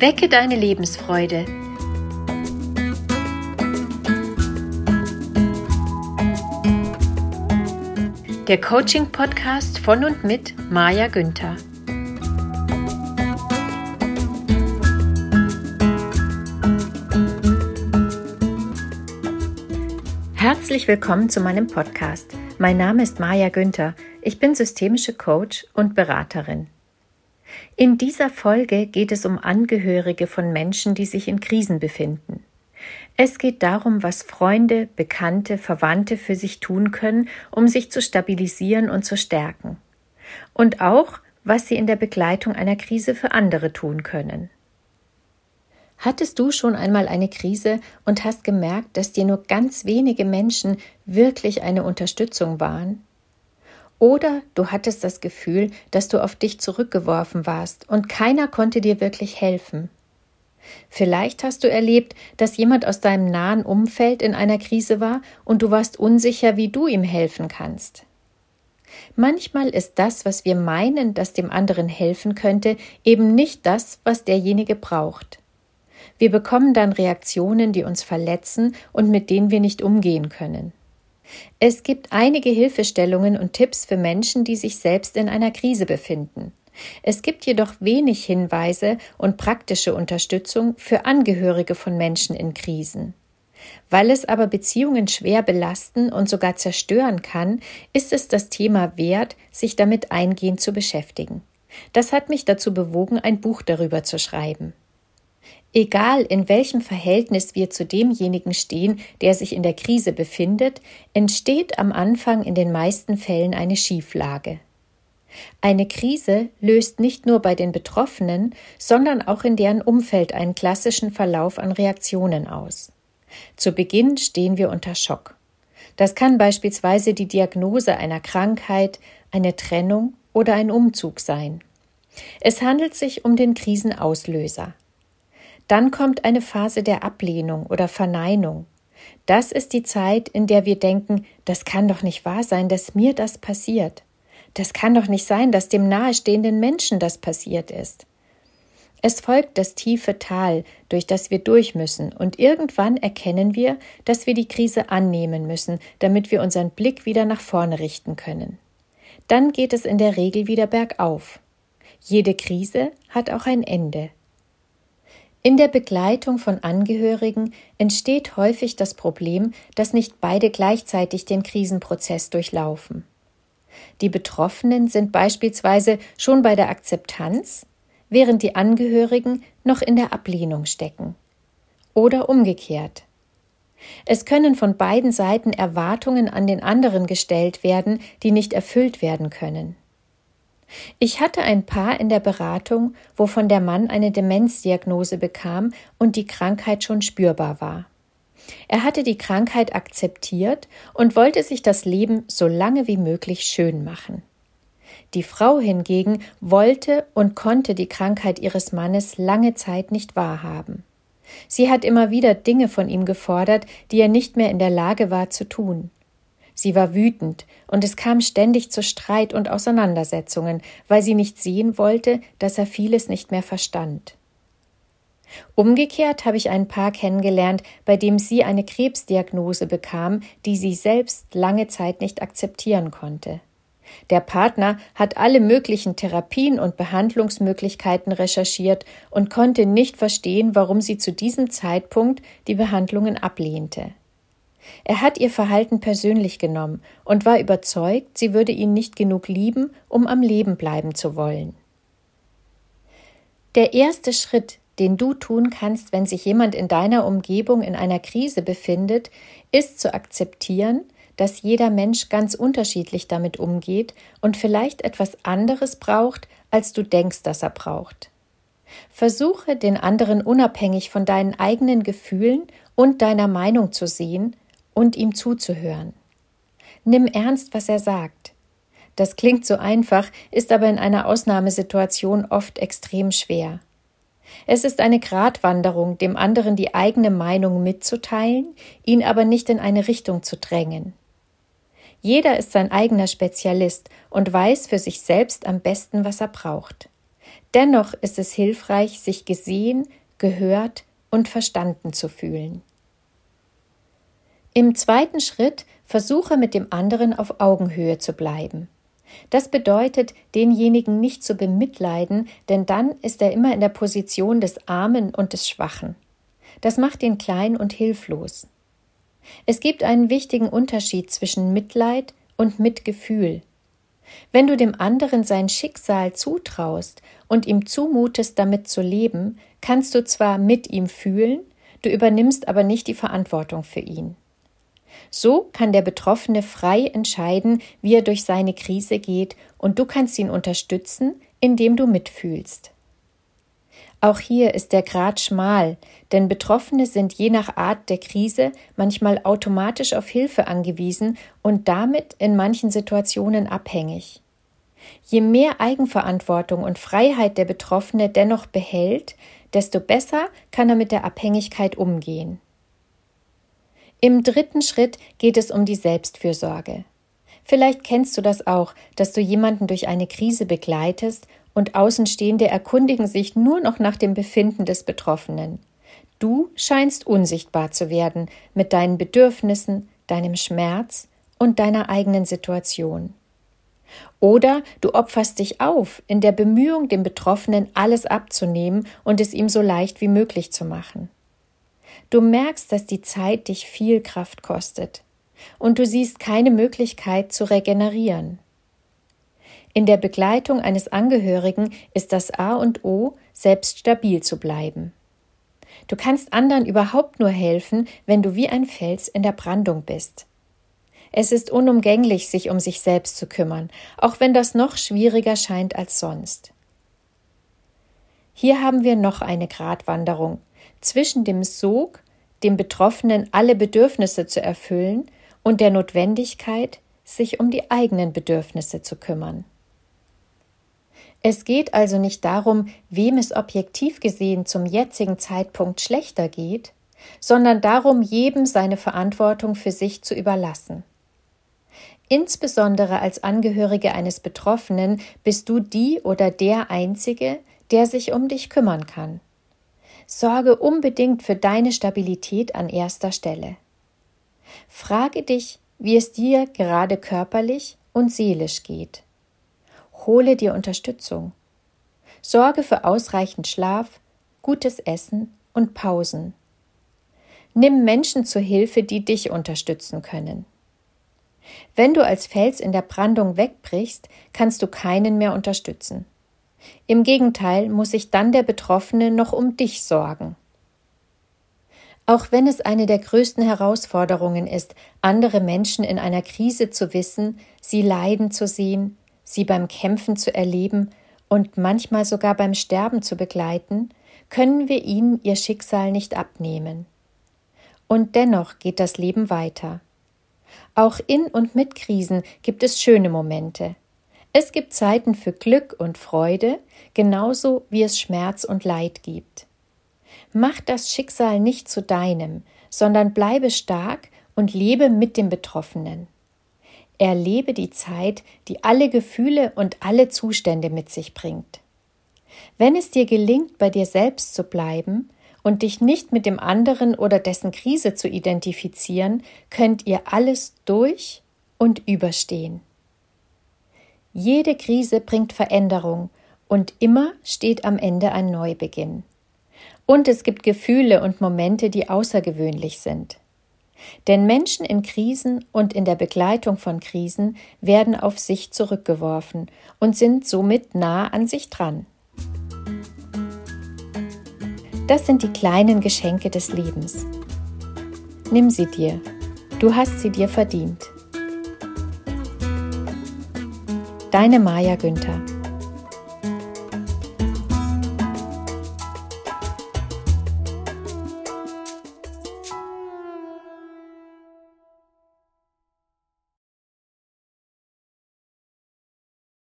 Wecke deine Lebensfreude. Der Coaching-Podcast von und mit Maja Günther. Herzlich willkommen zu meinem Podcast. Mein Name ist Maja Günther. Ich bin systemische Coach und Beraterin. In dieser Folge geht es um Angehörige von Menschen, die sich in Krisen befinden. Es geht darum, was Freunde, Bekannte, Verwandte für sich tun können, um sich zu stabilisieren und zu stärken. Und auch, was sie in der Begleitung einer Krise für andere tun können. Hattest du schon einmal eine Krise und hast gemerkt, dass dir nur ganz wenige Menschen wirklich eine Unterstützung waren? Oder du hattest das Gefühl, dass du auf dich zurückgeworfen warst und keiner konnte dir wirklich helfen. Vielleicht hast du erlebt, dass jemand aus deinem nahen Umfeld in einer Krise war und du warst unsicher, wie du ihm helfen kannst. Manchmal ist das, was wir meinen, das dem anderen helfen könnte, eben nicht das, was derjenige braucht. Wir bekommen dann Reaktionen, die uns verletzen und mit denen wir nicht umgehen können. Es gibt einige Hilfestellungen und Tipps für Menschen, die sich selbst in einer Krise befinden. Es gibt jedoch wenig Hinweise und praktische Unterstützung für Angehörige von Menschen in Krisen. Weil es aber Beziehungen schwer belasten und sogar zerstören kann, ist es das Thema wert, sich damit eingehend zu beschäftigen. Das hat mich dazu bewogen, ein Buch darüber zu schreiben. Egal, in welchem Verhältnis wir zu demjenigen stehen, der sich in der Krise befindet, entsteht am Anfang in den meisten Fällen eine Schieflage. Eine Krise löst nicht nur bei den Betroffenen, sondern auch in deren Umfeld einen klassischen Verlauf an Reaktionen aus. Zu Beginn stehen wir unter Schock. Das kann beispielsweise die Diagnose einer Krankheit, eine Trennung oder ein Umzug sein. Es handelt sich um den Krisenauslöser. Dann kommt eine Phase der Ablehnung oder Verneinung. Das ist die Zeit, in der wir denken, das kann doch nicht wahr sein, dass mir das passiert. Das kann doch nicht sein, dass dem nahestehenden Menschen das passiert ist. Es folgt das tiefe Tal, durch das wir durch müssen, und irgendwann erkennen wir, dass wir die Krise annehmen müssen, damit wir unseren Blick wieder nach vorne richten können. Dann geht es in der Regel wieder bergauf. Jede Krise hat auch ein Ende. In der Begleitung von Angehörigen entsteht häufig das Problem, dass nicht beide gleichzeitig den Krisenprozess durchlaufen. Die Betroffenen sind beispielsweise schon bei der Akzeptanz, während die Angehörigen noch in der Ablehnung stecken. Oder umgekehrt. Es können von beiden Seiten Erwartungen an den anderen gestellt werden, die nicht erfüllt werden können. Ich hatte ein Paar in der Beratung, wovon der Mann eine Demenzdiagnose bekam und die Krankheit schon spürbar war. Er hatte die Krankheit akzeptiert und wollte sich das Leben so lange wie möglich schön machen. Die Frau hingegen wollte und konnte die Krankheit ihres Mannes lange Zeit nicht wahrhaben. Sie hat immer wieder Dinge von ihm gefordert, die er nicht mehr in der Lage war zu tun. Sie war wütend und es kam ständig zu Streit und Auseinandersetzungen, weil sie nicht sehen wollte, dass er vieles nicht mehr verstand. Umgekehrt habe ich ein Paar kennengelernt, bei dem sie eine Krebsdiagnose bekam, die sie selbst lange Zeit nicht akzeptieren konnte. Der Partner hat alle möglichen Therapien und Behandlungsmöglichkeiten recherchiert und konnte nicht verstehen, warum sie zu diesem Zeitpunkt die Behandlungen ablehnte. Er hat ihr Verhalten persönlich genommen und war überzeugt, sie würde ihn nicht genug lieben, um am Leben bleiben zu wollen. Der erste Schritt, den du tun kannst, wenn sich jemand in deiner Umgebung in einer Krise befindet, ist zu akzeptieren, dass jeder Mensch ganz unterschiedlich damit umgeht und vielleicht etwas anderes braucht, als du denkst, dass er braucht. Versuche, den anderen unabhängig von deinen eigenen Gefühlen und deiner Meinung zu sehen und ihm zuzuhören. Nimm ernst, was er sagt. Das klingt so einfach, ist aber in einer Ausnahmesituation oft extrem schwer. Es ist eine Gratwanderung, dem anderen die eigene Meinung mitzuteilen, ihn aber nicht in eine Richtung zu drängen. Jeder ist sein eigener Spezialist und weiß für sich selbst am besten, was er braucht. Dennoch ist es hilfreich, sich gesehen, gehört und verstanden zu fühlen. Im zweiten Schritt versuche mit dem anderen auf Augenhöhe zu bleiben. Das bedeutet, denjenigen nicht zu bemitleiden, denn dann ist er immer in der Position des Armen und des Schwachen. Das macht ihn klein und hilflos. Es gibt einen wichtigen Unterschied zwischen Mitleid und Mitgefühl. Wenn du dem anderen sein Schicksal zutraust und ihm zumutest, damit zu leben, kannst du zwar mit ihm fühlen, du übernimmst aber nicht die Verantwortung für ihn. So kann der Betroffene frei entscheiden, wie er durch seine Krise geht, und du kannst ihn unterstützen, indem du mitfühlst. Auch hier ist der Grat schmal, denn Betroffene sind je nach Art der Krise manchmal automatisch auf Hilfe angewiesen und damit in manchen Situationen abhängig. Je mehr Eigenverantwortung und Freiheit der Betroffene dennoch behält, desto besser kann er mit der Abhängigkeit umgehen. Im dritten Schritt geht es um die Selbstfürsorge. Vielleicht kennst du das auch, dass du jemanden durch eine Krise begleitest und Außenstehende erkundigen sich nur noch nach dem Befinden des Betroffenen. Du scheinst unsichtbar zu werden mit deinen Bedürfnissen, deinem Schmerz und deiner eigenen Situation. Oder du opferst dich auf, in der Bemühung, dem Betroffenen alles abzunehmen und es ihm so leicht wie möglich zu machen. Du merkst, dass die Zeit dich viel Kraft kostet und du siehst keine Möglichkeit zu regenerieren. In der Begleitung eines Angehörigen ist das A und O, selbst stabil zu bleiben. Du kannst anderen überhaupt nur helfen, wenn du wie ein Fels in der Brandung bist. Es ist unumgänglich, sich um sich selbst zu kümmern, auch wenn das noch schwieriger scheint als sonst. Hier haben wir noch eine Gratwanderung zwischen dem Sog, dem Betroffenen alle Bedürfnisse zu erfüllen, und der Notwendigkeit, sich um die eigenen Bedürfnisse zu kümmern. Es geht also nicht darum, wem es objektiv gesehen zum jetzigen Zeitpunkt schlechter geht, sondern darum, jedem seine Verantwortung für sich zu überlassen. Insbesondere als Angehörige eines Betroffenen bist du die oder der Einzige, der sich um dich kümmern kann. Sorge unbedingt für deine Stabilität an erster Stelle. Frage dich, wie es dir gerade körperlich und seelisch geht. Hole dir Unterstützung. Sorge für ausreichend Schlaf, gutes Essen und Pausen. Nimm Menschen zur Hilfe, die dich unterstützen können. Wenn du als Fels in der Brandung wegbrichst, kannst du keinen mehr unterstützen. Im Gegenteil muss sich dann der Betroffene noch um dich sorgen. Auch wenn es eine der größten Herausforderungen ist, andere Menschen in einer Krise zu wissen, sie leiden zu sehen, sie beim Kämpfen zu erleben und manchmal sogar beim Sterben zu begleiten, können wir ihnen ihr Schicksal nicht abnehmen. Und dennoch geht das Leben weiter. Auch in und mit Krisen gibt es schöne Momente. Es gibt Zeiten für Glück und Freude, genauso wie es Schmerz und Leid gibt. Mach das Schicksal nicht zu deinem, sondern bleibe stark und lebe mit dem Betroffenen. Erlebe die Zeit, die alle Gefühle und alle Zustände mit sich bringt. Wenn es dir gelingt, bei dir selbst zu bleiben und dich nicht mit dem anderen oder dessen Krise zu identifizieren, könnt ihr alles durch und überstehen. Jede Krise bringt Veränderung und immer steht am Ende ein Neubeginn. Und es gibt Gefühle und Momente, die außergewöhnlich sind. Denn Menschen in Krisen und in der Begleitung von Krisen werden auf sich zurückgeworfen und sind somit nah an sich dran. Das sind die kleinen Geschenke des Lebens. Nimm sie dir. Du hast sie dir verdient. Deine Maja Günther.